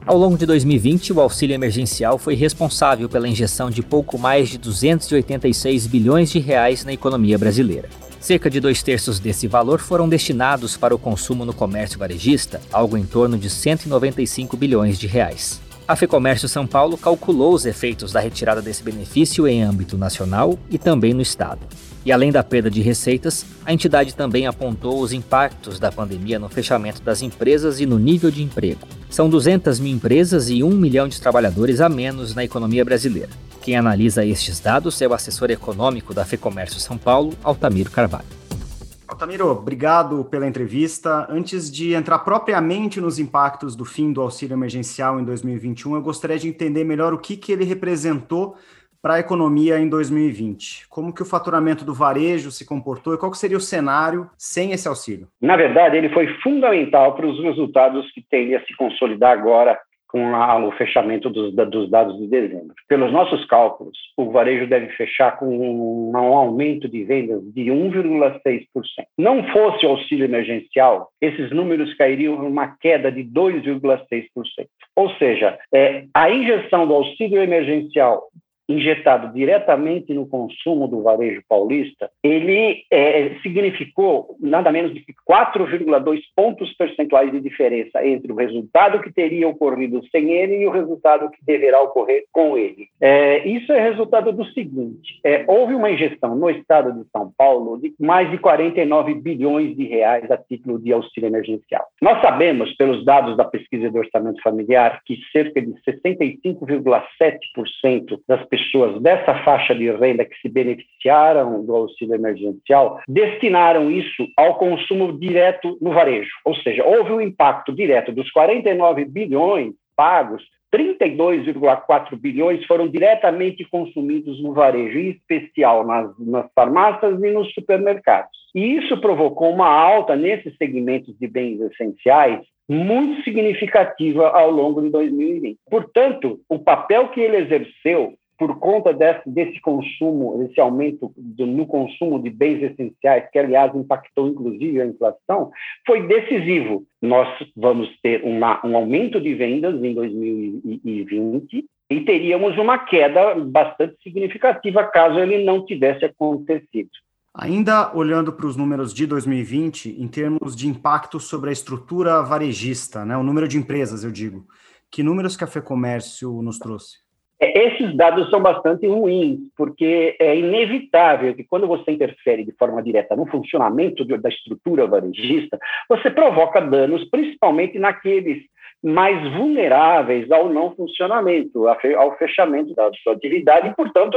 Ao longo de 2020, o auxílio emergencial foi responsável pela injeção de pouco mais de 286 bilhões de reais na economia brasileira. Cerca de 2/3 desse valor foram destinados para o consumo no comércio varejista, algo em torno de 195 bilhões de reais. A FEComércio São Paulo calculou os efeitos da retirada desse benefício em âmbito nacional e também no estado. E além da perda de receitas, a entidade também apontou os impactos da pandemia no fechamento das empresas e no nível de emprego. São 200 mil empresas e 1 milhão de trabalhadores a menos na economia brasileira. Quem analisa estes dados é o assessor econômico da FEComércio São Paulo, Altamiro Carvalho. Altamiro, obrigado pela entrevista. Antes de entrar propriamente nos impactos do fim do auxílio emergencial em 2021, eu gostaria de entender melhor o que ele representou para a economia em 2020. Como que o faturamento do varejo se comportou e qual que seria o cenário sem esse auxílio? Na verdade, ele foi fundamental para os resultados que tendem a se consolidar agora com o fechamento dos dados de dezembro. Pelos nossos cálculos, o varejo deve fechar com um aumento de vendas de 1,6%. Não fosse o auxílio emergencial, esses números cairiam numa queda de 2,6%. Ou seja, a injeção do auxílio emergencial injetado diretamente no consumo do varejo paulista, ele significou nada menos de 4,2 pontos percentuais de diferença entre o resultado que teria ocorrido sem ele e o resultado que deverá ocorrer com ele. Isso é resultado do seguinte: houve uma injeção no estado de São Paulo de mais de 49 bilhões de reais a título de auxílio emergencial. Nós sabemos, pelos dados da pesquisa de orçamento familiar, que cerca de 65,7% das pessoas dessa faixa de renda que se beneficiaram do auxílio emergencial destinaram isso ao consumo direto no varejo. Ou seja, houve um impacto direto dos 49 bilhões pagos, 32,4 bilhões foram diretamente consumidos no varejo, em especial nas farmácias e nos supermercados. E isso provocou uma alta nesses segmentos de bens essenciais muito significativa ao longo de 2020. Portanto, o papel que ele exerceu por conta desse consumo, desse aumento no consumo de bens essenciais, que, aliás, impactou, inclusive, a inflação, foi decisivo. Nós vamos ter um aumento de vendas em 2020 e teríamos uma queda bastante significativa caso ele não tivesse acontecido. Ainda olhando para os números de 2020, em termos de impacto sobre a estrutura varejista, né, o número de empresas, eu digo, que números que a FEComércio nos trouxe? Esses dados são bastante ruins, porque é inevitável que quando você interfere de forma direta no funcionamento da estrutura varejista, você provoca danos, principalmente naqueles mais vulneráveis ao não funcionamento, ao fechamento da sua atividade e, portanto,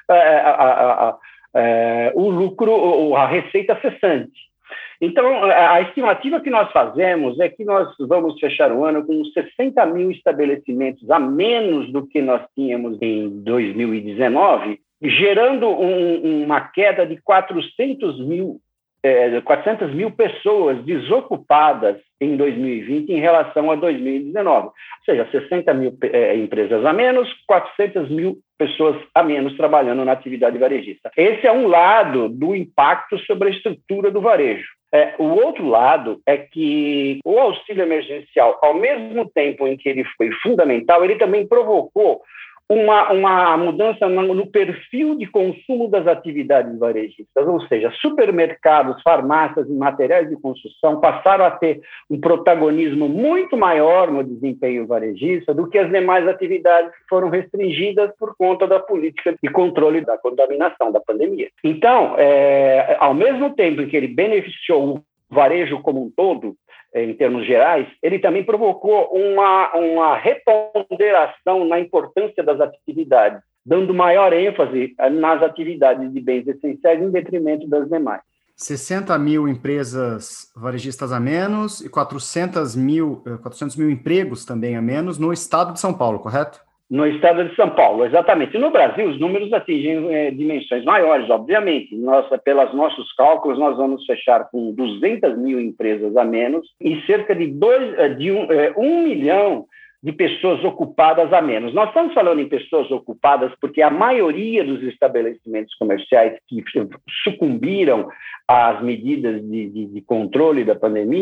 o lucro, a receita cessante. Então, a estimativa que nós fazemos é que nós vamos fechar o ano com 60 mil estabelecimentos a menos do que nós tínhamos em 2019, gerando uma queda de 400 mil pessoas desocupadas em 2020 em relação a 2019. Ou seja, 60 mil empresas a menos, 400 mil pessoas a menos trabalhando na atividade varejista. Esse é um lado do impacto sobre a estrutura do varejo. O outro lado é que o auxílio emergencial, ao mesmo tempo em que ele foi fundamental, ele também provocou uma mudança no perfil de consumo das atividades varejistas, ou seja, supermercados, farmácias e materiais de construção passaram a ter um protagonismo muito maior no desempenho varejista do que as demais atividades que foram restringidas por conta da política de controle da contaminação, da pandemia. Então, ao mesmo tempo em que ele beneficiou o varejo como um todo, em termos gerais, ele também provocou uma reponderação na importância das atividades, dando maior ênfase nas atividades de bens essenciais em detrimento das demais. 60 mil empresas varejistas a menos e 400 mil empregos também a menos no estado de São Paulo, correto? No estado de São Paulo, exatamente. No Brasil, os números atingem dimensões maiores, obviamente. Pelos nossos cálculos, nós vamos fechar com 200 mil empresas a menos e cerca de 1 milhão de pessoas ocupadas a menos. Nós estamos falando em pessoas ocupadas porque a maioria dos estabelecimentos comerciais que sucumbiram às medidas de controle da pandemia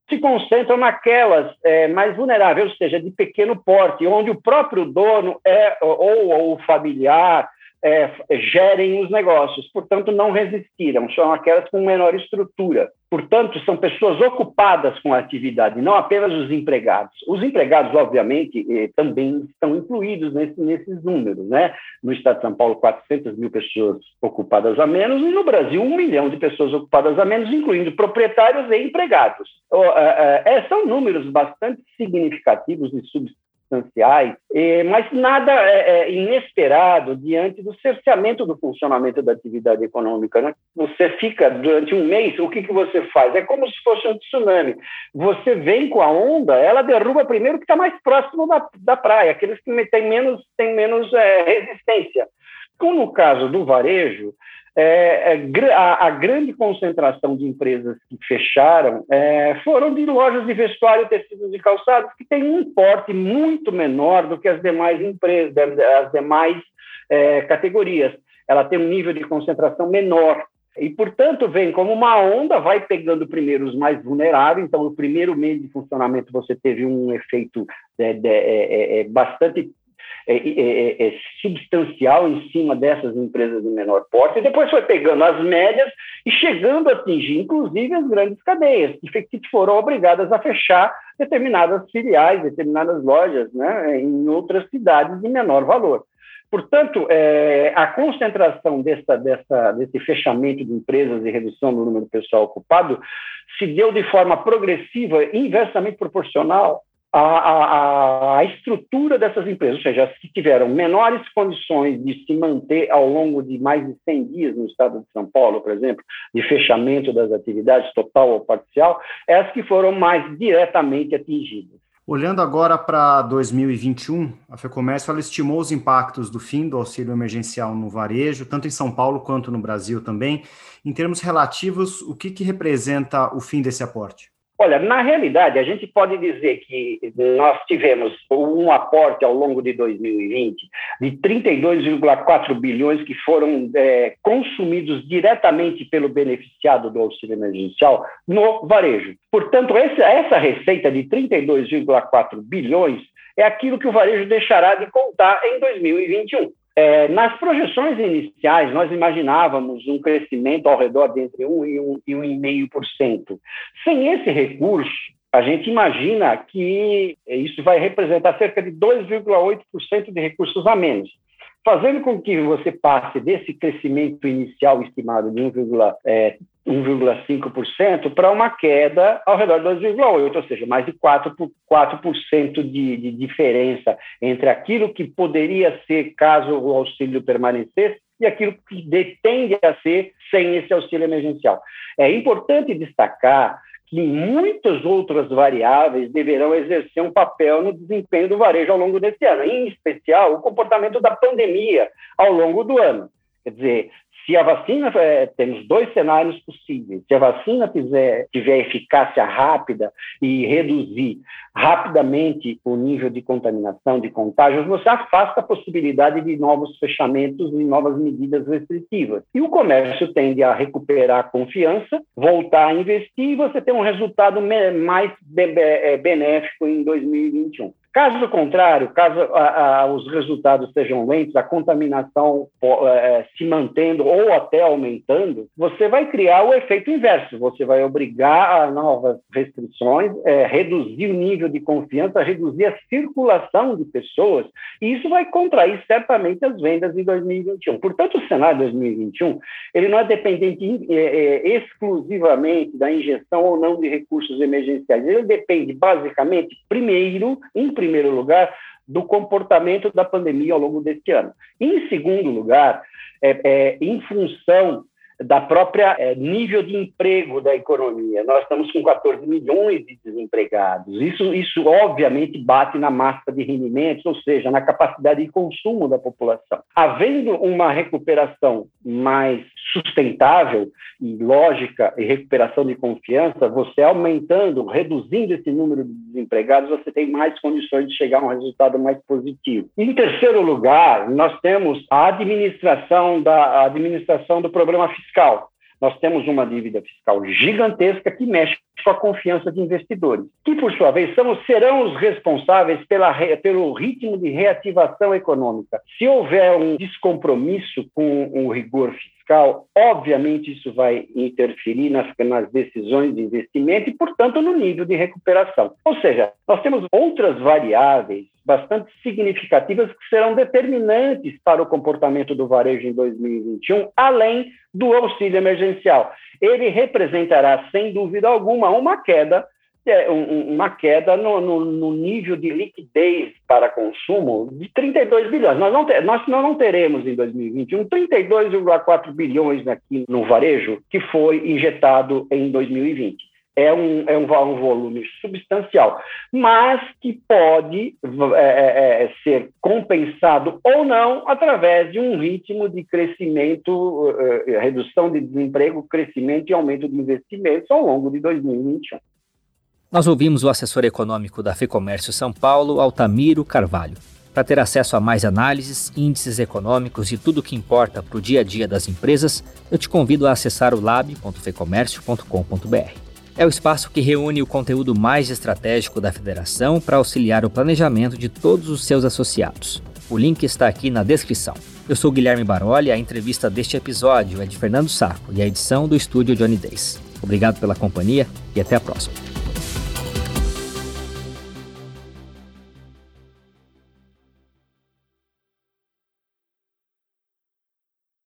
se concentram naquelas mais vulneráveis, ou seja, de pequeno porte, onde o próprio dono ou o familiar gerem os negócios, portanto, não resistiram, são aquelas com menor estrutura. Portanto, são pessoas ocupadas com a atividade, não apenas os empregados. Os empregados, obviamente, também estão incluídos nesses números, né? No estado de São Paulo, 400 mil pessoas ocupadas a menos, e no Brasil, 1 milhão de pessoas ocupadas a menos, incluindo proprietários e empregados. São números bastante significativos e substanciais, mas nada inesperado diante do cerceamento do funcionamento da atividade econômica, né? Você fica durante um mês, o que você faz? É como se fosse um tsunami. Você vem com a onda, ela derruba primeiro o que está mais próximo da praia, aqueles que têm menos resistência. Como no caso do varejo, a grande concentração de empresas que fecharam foram de lojas de vestuário, tecidos e calçados, que têm um porte muito menor do que as demais empresas, as demais categorias. Ela tem um nível de concentração menor. E, portanto, vem como uma onda, vai pegando primeiro os mais vulneráveis. Então, no primeiro mês de funcionamento, você teve um efeito bastante substancial em cima dessas empresas de menor porte, e depois foi pegando as médias e chegando a atingir, inclusive, as grandes cadeias, que foram obrigadas a fechar determinadas filiais, determinadas lojas, né, em outras cidades de menor valor. Portanto, a concentração desse fechamento de empresas e redução do número de pessoal ocupado se deu de forma progressiva, inversamente proporcional a estrutura dessas empresas, ou seja, as que tiveram menores condições de se manter ao longo de mais de 100 dias no estado de São Paulo, por exemplo, de fechamento das atividades total ou parcial, as que foram mais diretamente atingidas. Olhando agora para 2021, a FEComércio ela estimou os impactos do fim do auxílio emergencial no varejo, tanto em São Paulo quanto no Brasil também. Em termos relativos, o que representa o fim desse aporte? Olha, na realidade, a gente pode dizer que nós tivemos um aporte ao longo de 2020 de 32,4 bilhões que foram consumidos diretamente pelo beneficiado do auxílio emergencial no varejo. Portanto, essa receita de 32,4 bilhões é aquilo que o varejo deixará de contar em 2021. Nas projeções iniciais, nós imaginávamos um crescimento ao redor de entre 1% e 1,5%. Sem esse recurso, a gente imagina que isso vai representar cerca de 2,8% de recursos a menos, fazendo com que você passe desse crescimento inicial estimado de 1,5% para uma queda ao redor de 2,8%, ou seja, mais de 4% de diferença entre aquilo que poderia ser caso o auxílio permanecesse e aquilo que tende a ser sem esse auxílio emergencial. É importante destacar que muitas outras variáveis deverão exercer um papel no desempenho do varejo ao longo desse ano, em especial o comportamento da pandemia ao longo do ano. Quer dizer, se a vacina, temos dois cenários possíveis, se a vacina tiver eficácia rápida e reduzir rapidamente o nível de contaminação, de contágios, você afasta a possibilidade de novos fechamentos e novas medidas restritivas. E o comércio tende a recuperar a confiança, voltar a investir e você tem um resultado mais benéfico em 2021. Caso contrário, caso os resultados sejam lentos, a contaminação se mantendo ou até aumentando, você vai criar o efeito inverso. Você vai obrigar a novas restrições, reduzir o nível de confiança, reduzir a circulação de pessoas, e isso vai contrair certamente as vendas em 2021. Portanto, o cenário de 2021 ele não é dependente exclusivamente da injeção ou não de recursos emergenciais. Ele depende, basicamente, em primeiro lugar, do comportamento da pandemia ao longo deste ano. Em segundo lugar, em função da própria nível de emprego da economia. Nós estamos com 14 milhões de desempregados. Isso obviamente bate na massa de rendimentos, ou seja, na capacidade de consumo da população. Havendo uma recuperação mais sustentável e lógica e recuperação de confiança, você aumentando, reduzindo esse número de desempregados, você tem mais condições de chegar a um resultado mais positivo. Em terceiro lugar, nós temos a administração do problema fiscal. nós temos uma dívida fiscal gigantesca que mexe com a confiança de investidores, que, por sua vez, serão os responsáveis pelo ritmo de reativação econômica. Se houver um descompromisso com o rigor fiscal, obviamente isso vai interferir nas decisões de investimento e, portanto, no nível de recuperação. Ou seja, nós temos outras variáveis bastante significativas que serão determinantes para o comportamento do varejo em 2021, além do auxílio emergencial. Ele representará, sem dúvida alguma, uma queda no nível de liquidez para consumo de 32 bilhões. Nós não teremos em 2021 32,4 bilhões aqui no varejo que foi injetado em 2020. É um volume substancial, mas que pode ser compensado ou não através de um ritmo de crescimento, redução de desemprego, crescimento e aumento de investimentos ao longo de 2021. Nós ouvimos o assessor econômico da FEComércio São Paulo, Altamiro Carvalho. Para ter acesso a mais análises, índices econômicos e tudo o que importa para o dia a dia das empresas, eu te convido a acessar o lab.fecomércio.com.br. É o espaço que reúne o conteúdo mais estratégico da federação para auxiliar o planejamento de todos os seus associados. O link está aqui na descrição. Eu sou Guilherme Baroli, a entrevista deste episódio é de Fernando Saco e a edição do estúdio Johnny Days. Obrigado pela companhia e até a próxima.